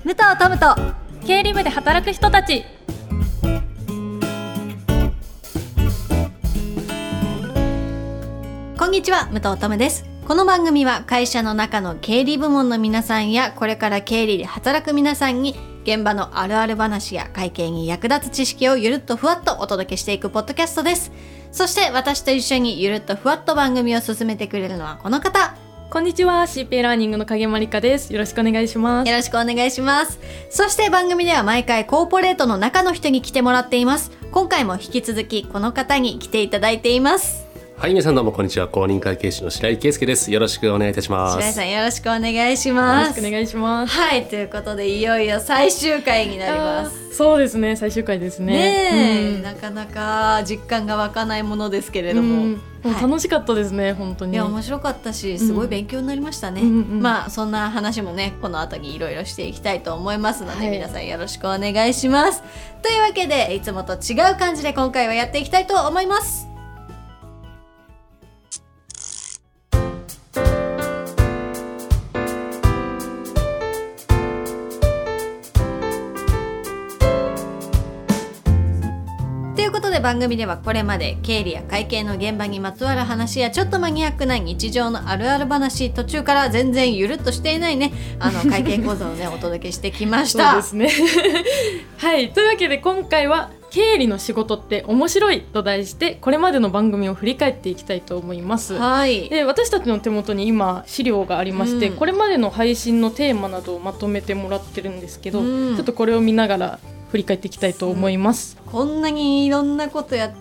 武藤トムと経理部で働く人たち。 こんにちは、武藤トムです。この番組は会社の中の経理部門の皆さんやこれから経理で働く皆さんに現場のあるある話や会計に役立つ知識をゆるっとふわっとお届けしていくポッドキャストです。そして私と一緒にゆるっとふわっと番組を進めてくれるのはこの方。 こんにちは、CPA ラーニングの影まりかです。よろしくお願いします。 よろしくお願いします。そして番組では毎回コーポレートの中の人に来てもらっています。今回も引き続きこの方に来ていただいています。 はい、皆さんどうもこんにちは。公認会計士の白井圭介です。よろしくお願いいたします。 白井さんよろしくお願いします。 よろしくお願いします。 はい、ということでいよいよ最終回になります。 そうですね、最終回ですね。 ねえ、なかなか実感が湧かないものですけれども、 もう楽しかったですね、本当に。 いや面白かったし、すごい勉強になりましたね。まあそんな話もね、この後にいろいろしていきたいと思いますので、皆さんよろしくお願いします。というわけでいつもと違う感じで今回はやっていきたいと思います。ということで番組ではこれまで経理や会計の現場にまつわる話やちょっとマニアックな日常のあるある話、途中から全然ゆるっとしていないね会計講座をねお届けしてきました。 そうですねはい、というわけで今回は経理の仕事って面白いと題してこれまでの番組を振り返っていきたいと思います。 はい、 で私たちの手元に今資料がありまして、これまでの配信のテーマなどをまとめてもらってるんですけど、ちょっとこれを見ながら振り返っていきたいと思います。 こんなにいろんなことやって、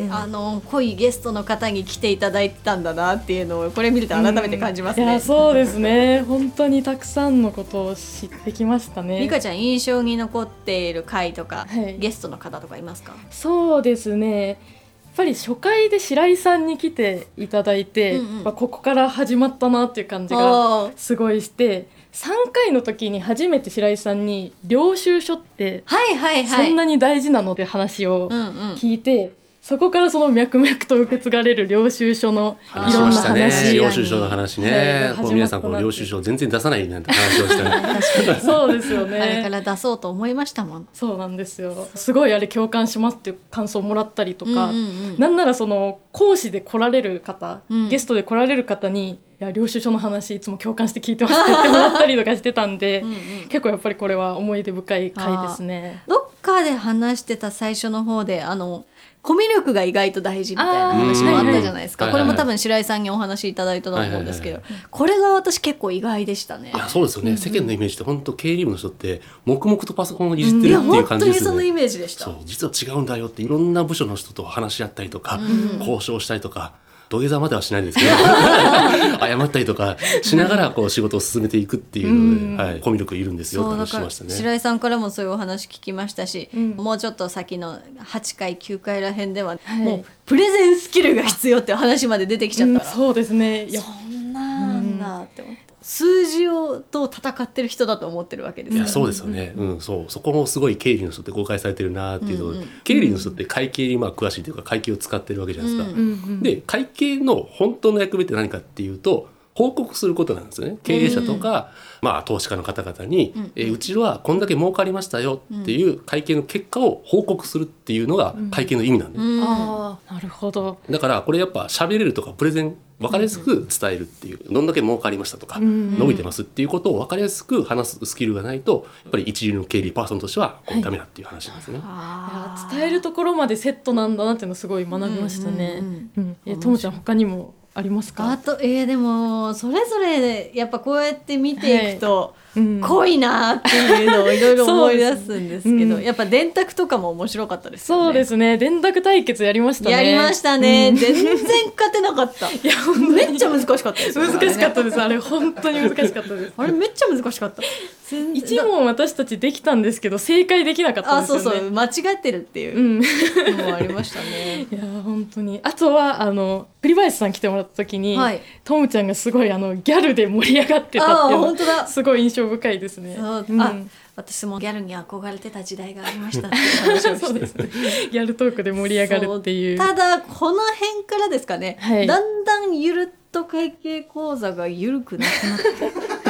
濃いゲストの方に来ていただいてたんだなっていうのをこれ見ると改めて感じますね。 いやそうですね本当にたくさんのことを知ってきましたね。 リカちゃん印象に残っている回とか、ゲストの方とかいますか？ そうですね、やっぱり初回で白井さんに来ていただいて、ここから始まったなっていう感じがすごいして、3回の時に初めて白井さんに領収書ってそんなに大事なのって話を聞いて、そこからその脈々と受け継がれる領収書のいろんな話、 領収書の話ね、皆さんこの領収書全然出さないなんて話をしたそうですよね、 あれから出そうと思いましたもん。 そうなんですよ、すごいあれ共感しますっていう感想をもらったりとか、なんならその講師で来られる方、ゲストで来られる方にいや領収書の話いつも共感して聞いてますって言ってもらったりとかしてたんで結構やっぱりこれは思い出深い回ですね。 どっかで話してた最初の方でコミュ力が意外と大事みたいな話もあったじゃないですか。これも多分白井さんにお話いただいたと思うんですけど、これが私結構意外でしたね。 いやそうですよね、世間のイメージって本当経理部の人って黙々とパソコンをいじってるっていう感じですよね。 本当にそのイメージでした。 そう実は違うんだよっていろんな部署の人と話し合ったりとか、交渉したりとか土下座まではしないんですけど謝ったりとかしながらこう仕事を進めていくっていうので、コミュ力いるんですよって話しましたね。 白井さんからもそういうお話聞きましたし、もうちょっと先の8回9回らへんでは、もうプレゼンスキルが必要っていう話まで出てきちゃったら、 そうですね、 そんなんだって思って、数字と戦ってる人だと思ってるわけですよね。 いやそうですよね、そこもすごい経理の人って誤解されてるなっていうと、経理の人って会計に詳しいというか会計を使ってるわけじゃないですか、で会計の本当の役目って何かっていうと報告することなんですよね。経営者とか、投資家の方々に、うちはこんだけ儲かりましたよっていう会計の結果を報告するっていうのが会計の意味なんで、 ああなるほど。 だからこれやっぱ喋れるとかプレゼン分かりやすく伝えるっていう、どんだけ儲かりましたとか、伸びてますっていうことを分かりやすく話すスキルがないとやっぱり一流の経理パーソンとしてはダメだっていう話なんですね。 いや伝えるところまでセットなんだなっていうのすごい学びましたね。ともちゃん他にもありますか？ でもそれぞれやっぱこうやって見ていくと、濃いなっていうのをいろいろ思い出すんですけどやっぱ電卓とかも面白かったですよね。 そうですね、電卓対決やりましたね。 やりましたね、全然勝てなかったいやめっちゃ難しかったですよ、 難しかったです、あれ本当に難しかったですあれめっちゃ難しかった。 一問私たちできたんですけど正解できなかったんですよね。 そう間違ってるっていうのもありましたね。 いや本当に。あとは栗林さん来てもらった時に、トムちゃんがすごいギャルで盛り上がってたっていうのすごい印象深いですね。 私もギャルに憧れてた時代がありましたっていう話をしてですねギャルトークで盛り上がるっていう。 ただこの辺からですかね、だんだんゆるっと会計講座がゆるくなくなって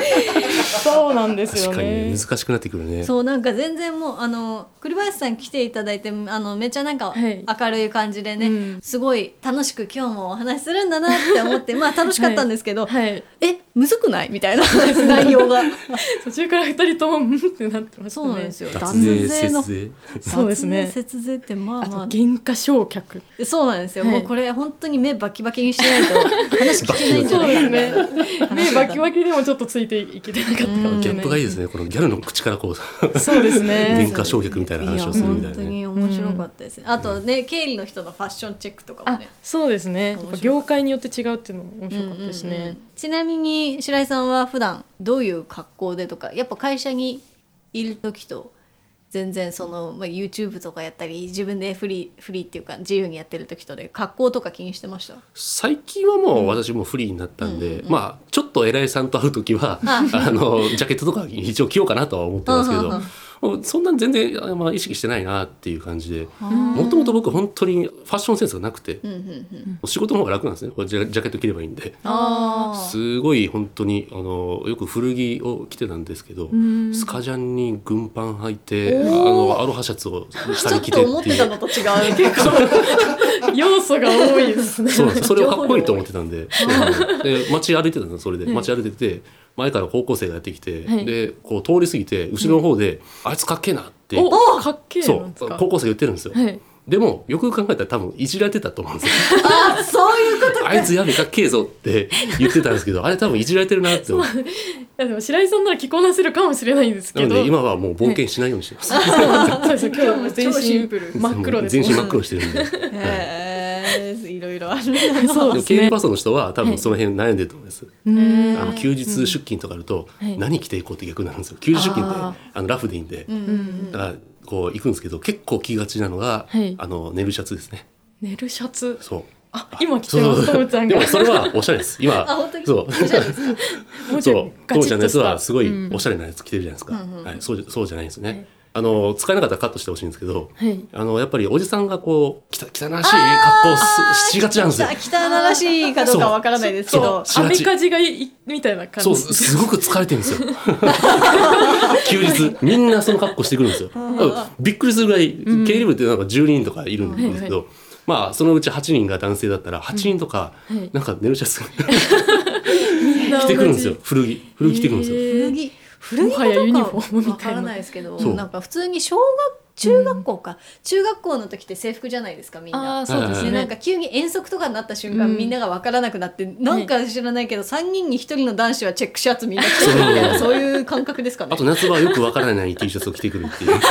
そうなんですよね。 確かに難しくなってくるね。 そうなんか全然もう栗林さん来ていただいてめっちゃなんか明るい感じでね、はい、すごい楽しく今日もお話しするんだなって思ってまあ楽しかったんですけど、はいはい、むずくないみたいな内容が途中から2人ともうんってなってましたね。 そうなんですよ。 脱税のそうですね。 節税ってまあ原価償却。 そうなんですよ、はい、もうこれ本当に目バキバキにしないと話聞けないんじゃないかな。 目バキバキでもちょっとついていけてなかったかもしれない。 ギャップがいいですね。このギャルの口からこうそうですね。 原価償却みたいな話をするみたいな、ね、 本当に面白かったです、あとね経理の人のファッションチェックとかもね。 そうですね。業界によって違うっていうのも面白かったですね、 ちなみに白井さんは普段どういう格好でとか、やっぱ会社にいる時と全然YouTube とかやったり自分でフリーっていうか自由にやってる時とで格好とか気にしてました？ 最近はもう私もフリーになったんで、まあちょっと偉いさんと会う時はジャケットとか一応着ようかなとは思ってますけどそんなに全然、意識してないなっていう感じで、もともと僕本当にファッションセンスがなくて、仕事の方が楽なんですね。ジャケット着ればいいんで、すごい本当によく古着を着てたんですけど、スカジャンに軍パン履いてアロハシャツを下に着てっていう、 ちょっと思ってたのと違う結構要素が多いですね。 そうなんです。それをかっこいいと思ってたんでで街歩いてたんです。それで街歩いてて前から高校生がやってきて、でこう通り過ぎて後ろの方で、あいつかっけえなってかっけえなんですか。 そう高校生が言ってるんですよ、でもよく考えたら多分いじられてたと思うんですよ。 そういうことか。 あいつやべかっけえぞって言ってたんですけどあれ多分いじられてるなって思う。いやでも白井さんなら着こなせるかもしれないんですけど、 なので今はもう冒険しないようにしてます、 そうです。今日は全身真っ黒です。 全身真っ黒してるんでいろいろある。 そうですね。経営パーソンの人は多分その辺悩んでると思います、休日出勤とかあると、何着ていこうって逆になるんですよ。休日出勤ってラフでいいんで、だからこう行くんですけど結構着がちなのが、ネルシャツですね。 ネルシャツ。 そう。 今着てますともちゃんが。 でもそれはおしゃれです。今そうそうともちゃんのやつはすごいおしゃれなやつ着てるじゃないですか、そうじゃないんですよね、使えなかったらカットしてほしいんですけど、やっぱりおじさんがこう汚らしい格好しがちなんですよ。 汚らしいかどうかわからないですけど、 アメカジがみたいな感じ。 そうすごく疲れてるんですよ休日みんなその格好してくるんですよ。びっくりするぐらい経理部ってなんか10人とかいるんですけど、まあそのうち8人が男性だったら8人とかなんかネルシャツ着てくるんですよ。古着着てくるんですよ。 古着かどうかわからないですけど、なんか普通に中学校か、中学校の時って制服じゃないですかみんな。 そうですね。 なんか急に遠足とかになった瞬間、みんなが分からなくなって、なんか知らないけど3人に1人の男子はチェックシャツみんな着てるみたいなそういう感覚ですかね。 あと夏場はよく分からない T シャツを着てくるっていう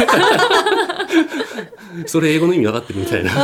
それ英語の意味分かってるみたいな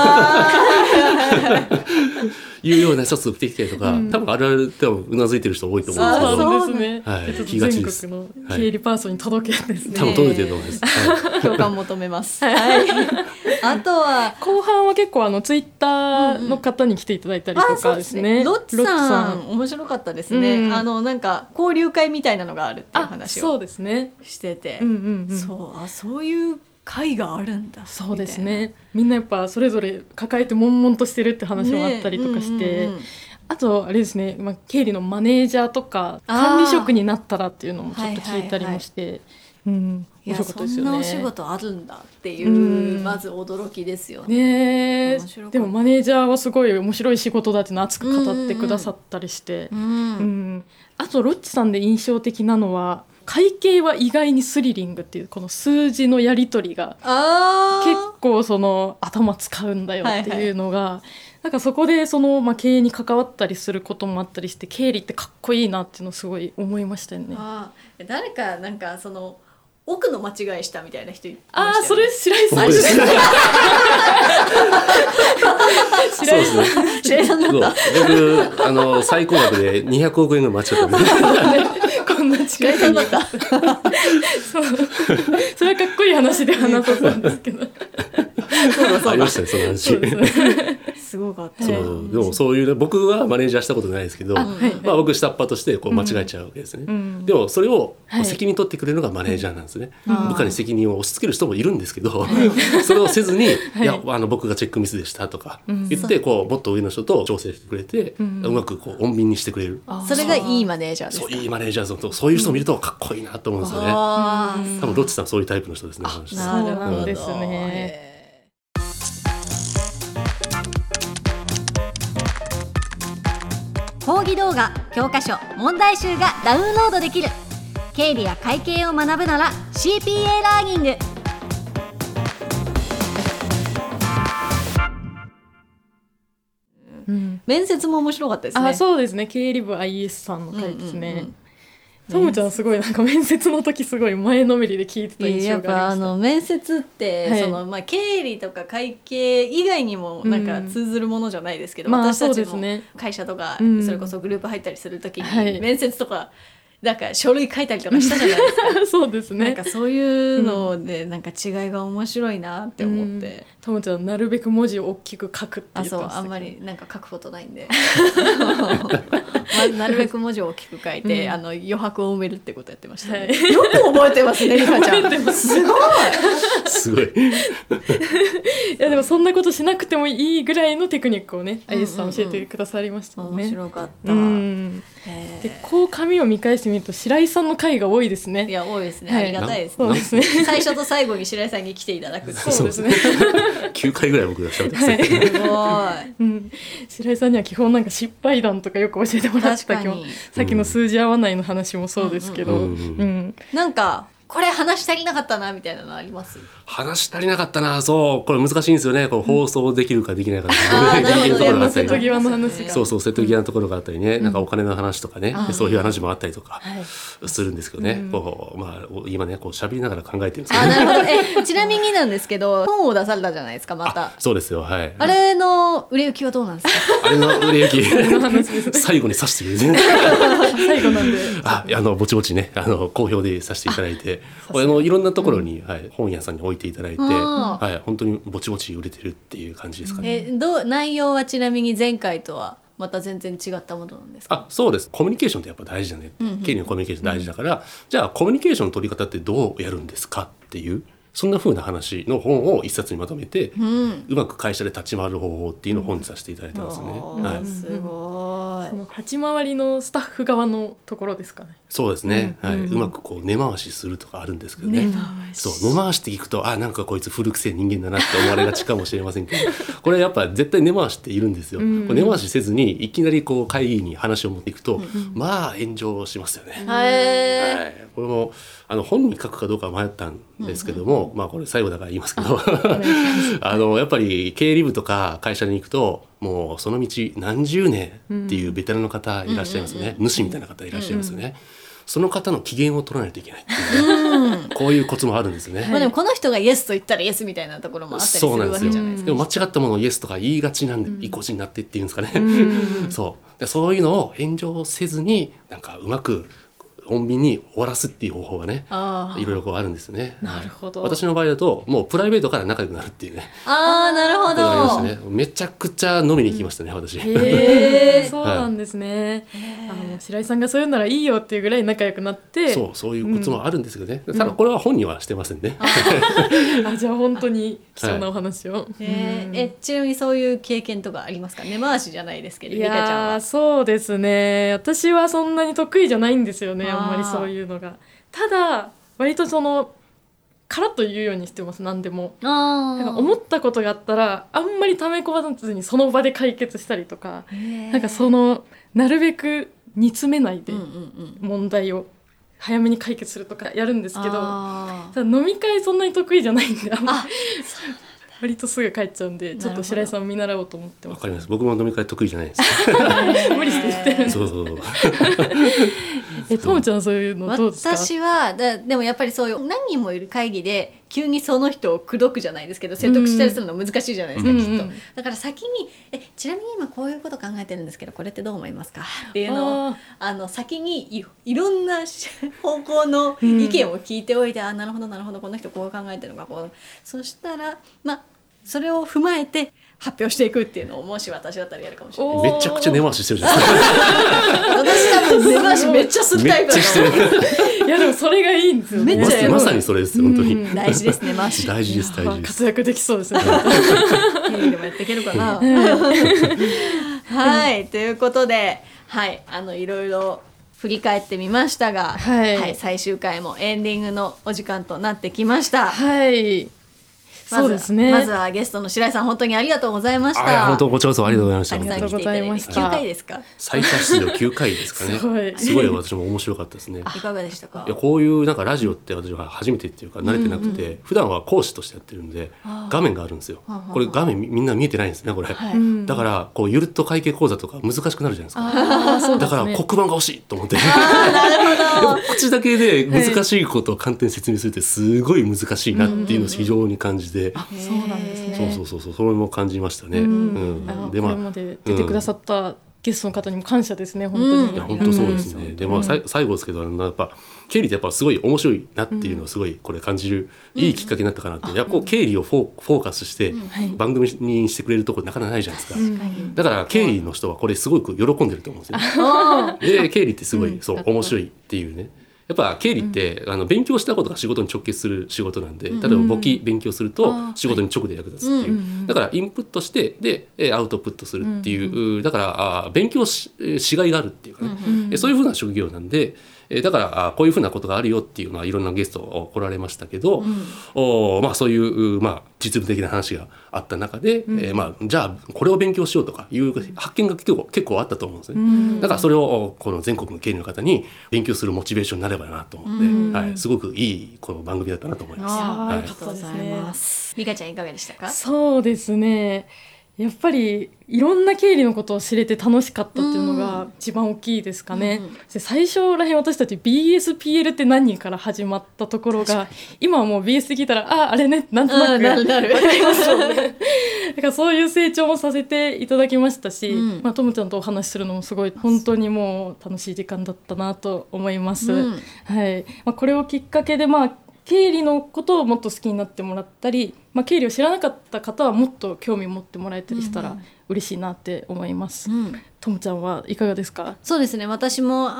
いうようなシャツを着てきたりとか、多分あるあるってうなずいてる人多いと思うんですけど、 そうですね、全国の経理パーソンに届けるんですね。 多分届いてると思います、 共感求めます、あとは後半は結構ツイッターの方に来ていただいたりとかですね。 ロッチさん面白かったですね、なんか交流会みたいなのがあるっていう話をしてて、そういう会があるんだ。 そうですね。みんなやっぱそれぞれ抱えて悶々としてるって話もあったりとかして、あとあれですね、経理のマネージャーとか管理職になったらっていうのもちょっと聞いたりもして、面白かったですよね。 そんなお仕事あるんだっていう、まず驚きですよね。でもマネージャーはすごい面白い仕事だっていうのを熱く語ってくださったりして、あとロッチさんで印象的なのは会計は意外にスリリングっていうこの数字のやり取りが結構頭使うんだよっていうのが、なんかそこで経営に関わったりすることもあったりして、経理ってかっこいいなっていうのをすごい思いましたよね。 誰かなんか奥の間違いしたみたいな人いましたよね。 それ白井さんですね。白井さんだった。僕最高額で200億円が間違ったんでこんな近いだったそれはかっこいい話で話そうなんですけどありましたね、その話。 すすごかった。 でもそういう、ね、僕はマネージャーしたことないですけど、僕下っ端としてこう間違えちゃうわけですね、でもそれを責任取ってくれるのがマネージャーなんですね、部下に責任を押し付ける人もいるんですけど、それをせずに、いや僕がチェックミスでしたとか言ってこうもっと上の人と調整してくれて、うまくこう穏便にしてくれる、 それがいいマネージャーですか。 そういいマネージャーとそういう人を見るとかっこいいなと思うんですよね、多分ロッチさんそういうタイプの人ですね。 なるほどですね。 講義動画、教科書、問題集がダウンロードできる。経理や会計を学ぶなら CPA ラーニング。面接も面白かったですね。 そうですね。経理部 IS さんの回ですね。トムちゃんすごいなんか面接の時すごい前のめりで聞いてた印象がありました。 やっぱ面接って、経理とか会計以外にもなんか通ずるものじゃないですけど、私たちも会社とかそれこそグループ入ったりする時に面接とかなんか書類書いたりとかしたじゃないですか。 そうですね。 なんかそういうのでなんか違いが面白いなって思って、 トムちゃんなるべく文字を大きく書くって言ってましたけど、 あんまりなんか書くことないんでなるべく文字を大きく書いて、余白を埋めるってことやってましたね、よく覚えてますね、リカちゃん。すごいすごいいやでもそんなことしなくてもいいぐらいのテクニックをね、アイスさん教えてくださりましたね。 面白かった。 でこう紙を見返してみると白井さんの回が多いですね。 いや多いですね、ありがたいですね。 そうですね。 最初と最後に白井さんに来ていただく。 そうですね。 9回ぐらい僕がしゃべってましたけど、 すごい、 白井さんには基本なんか失敗談とかよく教えてもらった。さっきの数字合わないの話もそうですけど、 なんかこれ話し足りなかったなみたいなのあります？ 話し足りなかったな、そうこれ難しいんですよね。これ放送できるかできないか瀬戸際の話が、 そう瀬戸際のところがあったりね、なんかお金の話とかね、そういう話もあったりとかするんですけどね、こう今ねこう喋りながら考えてるんですけど、 なるほど。ちなみになんですけど、本を出されたじゃないですか、また。 そうですよ、はい。 あれの売れ行きはどうなんですか？ あれの売れ行き最後にさせてくれるね。 最後なんでぼちぼちね好評でさせていただいて、いろんなところに、本屋さんに置いていただいて、本当にぼちぼち売れてるっていう感じですかね。 内容はちなみに前回とはまた全然違ったものなんですか？ そうです。コミュニケーションってやっぱ大事だね、経理のコミュニケーション大事だから、じゃあコミュニケーションの取り方ってどうやるんですかっていう、そんな風な話の本を一冊にまとめて、うまく会社で立ち回る方法っていうのを本にさせていただいたんですね。 すごい。 その立ち回りのスタッフ側のところですかね。 そうですね、うまくこう根回しするとかあるんですけどね。根回しって聞くとなんかこいつ古くせえ人間だなって思われがちかもしれませんけどこれやっぱ絶対根回しっているんですよ。これ根回しせずにいきなりこう会議に話を持っていくと、炎上しますよね。これも本に書くかどうか迷ったんですけども、これ最後だから言いますけどやっぱり経理部とか会社に行くともうその道何十年っていうベテランの方いらっしゃいますね、主みたいな方いらっしゃいますよね、その方の機嫌を取らないといけないっていう、こういうコツもあるんですよね。 でもこの人がイエスと言ったらイエスみたいなところもあったりするわけじゃないですか。 でも間違ったものをイエスとか言いがちなんで、意固地になってっていうんですかねそういうのを炎上せずになんかうまく穏便に終わらすっていう方法がね、いろいろこうあるんですよね。 なるほど。 私の場合だともうプライベートから仲良くなるっていうね。 なるほど。 ありましたね。めちゃくちゃ飲みに行きましたね、私。 そうなんですね。白井さんがそういうならいいよっていうぐらい仲良くなって。 そういうコツもあるんですけどね。ただこれは本にはしてませんね。 じゃあ本当に貴重なお話を。 ちなみにそういう経験とかありますか？根回しじゃないですけど、リカちゃんは。 そうですね。私はそんなに得意じゃないんですよね。あんまりそういうのが。ただ割とカラッと言うようにしてます。何でもなんか思ったことがあったらあんまりため込まずにその場で解決したりとか、なんかなるべく煮詰めないで問題を早めに解決するとかやるんですけど、飲み会そんなに得意じゃないんで割とすぐ帰っちゃうんで、ちょっと白井さんを見習おうと思ってます。 わかります。僕も飲み会得意じゃないです。 無理して言ってる。 そうともちゃんそういうのどうですか？ 私はでもやっぱりそういう何人もいる会議で急にその人を口説くじゃないですけど、説得したりするの難しいじゃないですか、きっと。だから先にちなみに今こういうこと考えてるんですけどこれってどう思いますかっていうのを先にいろんな方向の意見を聞いておいて、なるほどなるほど、この人こう考えてるのか、そしたらそれを踏まえて発表していくっていうのをもし私だったらやるかもしれない。 めちゃくちゃ根回ししてるじゃないですか。 私多分根回しめっちゃするタイプだと思う。 いやでもそれがいいんですよね。 めっちゃまさにそれですよ本当に。 大事ですね回し。 大事です大事です。 活躍できそうですね。 テレビでもやっていけるかな。はいということで、はいいろいろ振り返ってみましたが、はい最終回もエンディングのお時間となってきました。 はい。そうですね。 まずはゲストの白井さん本当にありがとうございました。 本当こちらこそありがとうございました。 ありがとうございました。 9回ですか？ 最多出場9回ですかね。すごい私も面白かったですね。 いかがでしたか？ いやこういうなんかラジオって私は初めてっていうか慣れてなくて、普段は講師としてやってるんで画面があるんですよ。これ画面みんな見えてないんですねこれ。だからこうゆるっと会計講座とか難しくなるじゃないですか。だから黒板が欲しいと思って。なるほど。口だけで難しいことを簡単に説明するってすごい難しいなっていうのを非常に感じて。 そうなんですね。 そうそれも感じましたね。 でこれまで出てくださったゲストの方にも感謝ですね本当に。 いや本当そうですね。で最後ですけどやっぱ経理ってやっぱすごい面白いなっていうのをすごいこれ感じるいいきっかけになったかなって。やっぱこう経理をフォーカスして番組にしてくれるところなかなかないじゃないですか。だから経理の人はこれすごく喜んでると思うんですよ。で経理ってすごいそう面白いっていうね。やっぱ経理って勉強したことが仕事に直結する仕事なんで、例えば簿記勉強すると仕事に直で役立つっていう、だからインプットしてでアウトプットするっていう、だから勉強しがいがあるっていうかね、そういうふうな職業なんで、だからこういうふうなことがあるよっていうのはいろんなゲスト来られましたけど、そういう実務的な話があった中で、じゃあこれを勉強しようとかいう発見が結構あったと思うんですね。だからそれをこの全国の経理の方に勉強するモチベーションになればなと思って、すごくいいこの番組だったなと思います。 ありがとうございます。 美香ちゃんいかがでしたか？ そうですね。やっぱりいろんな経理のことを知れて楽しかったっていうのが一番大きいですかね。最初らへん私たち BSPL って何から始まったところが今はもう BS って聞いたらあれねなんとなく分かりますよね。だからそういう成長もさせていただきましたし、ともちゃんとお話しするのもすごい本当にもう楽しい時間だったなと思います。これをきっかけで経理のことをもっと好きになってもらったり、経理を知らなかった方はもっと興味持ってもらえたりしたら嬉しいなって思います。ともちゃんはいかがですか？ そうですね、私も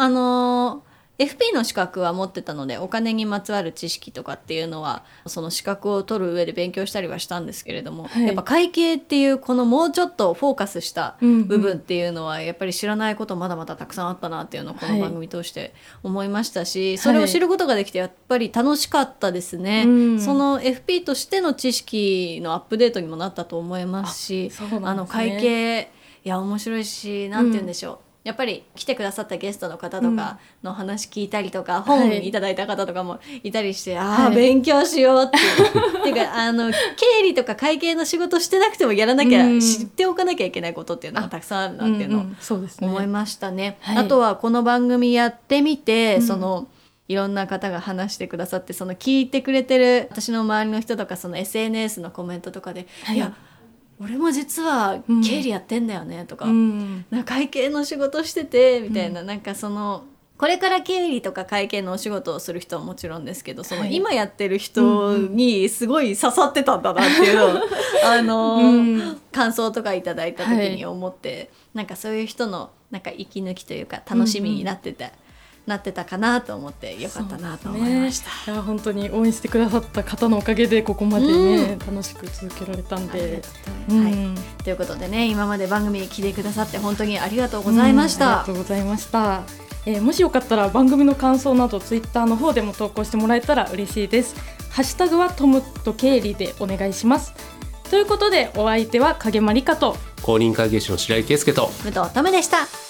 FP の資格は持ってたのでお金にまつわる知識とかっていうのはその資格を取る上で勉強したりはしたんですけれども、やっぱ会計っていうこのもうちょっとフォーカスした部分っていうのはやっぱり知らないことまだまだたくさんあったなっていうのをこの番組通して思いましたし、それを知ることができてやっぱり楽しかったですね。その FP としての知識のアップデートにもなったと思いますし、会計いや面白いし、なんて言うんでしょう、やっぱり来てくださったゲストの方とかの話聞いたりとか、本いただいた方とかもいたりして、勉強しようっていうていうか経理とか会計の仕事してなくてもやらなきゃ、知っておかなきゃいけないことっていうのがたくさんあるなっていうのを思いましたね。あとはこの番組やってみて、いろんな方が話してくださって、その聞いてくれてる私の周りの人とかその SNS のコメントとかで、いや俺も実は経理やってんだよねとか、なんか会計の仕事しててみたいな、なんかこれから経理とか会計のお仕事をする人はもちろんですけど、今やってる人にすごい刺さってたんだなっていうのを、感想とかいただいた時に思って、なんかそういう人のなんか息抜きというか楽しみになってたかなと思ってよかったなと思いました。 いや本当に応援してくださった方のおかげでここまでね、楽しく続けられたんで、 ということでね、今まで番組に来てくださって本当にありがとうございました。 ありがとうございました。もしよかったら番組の感想などツイッターの方でも投稿してもらえたら嬉しいです。ハッシュタグはトムと経理でお願いします。ということでお相手は影間理香と公認会計士の白井圭介と武藤トムでした。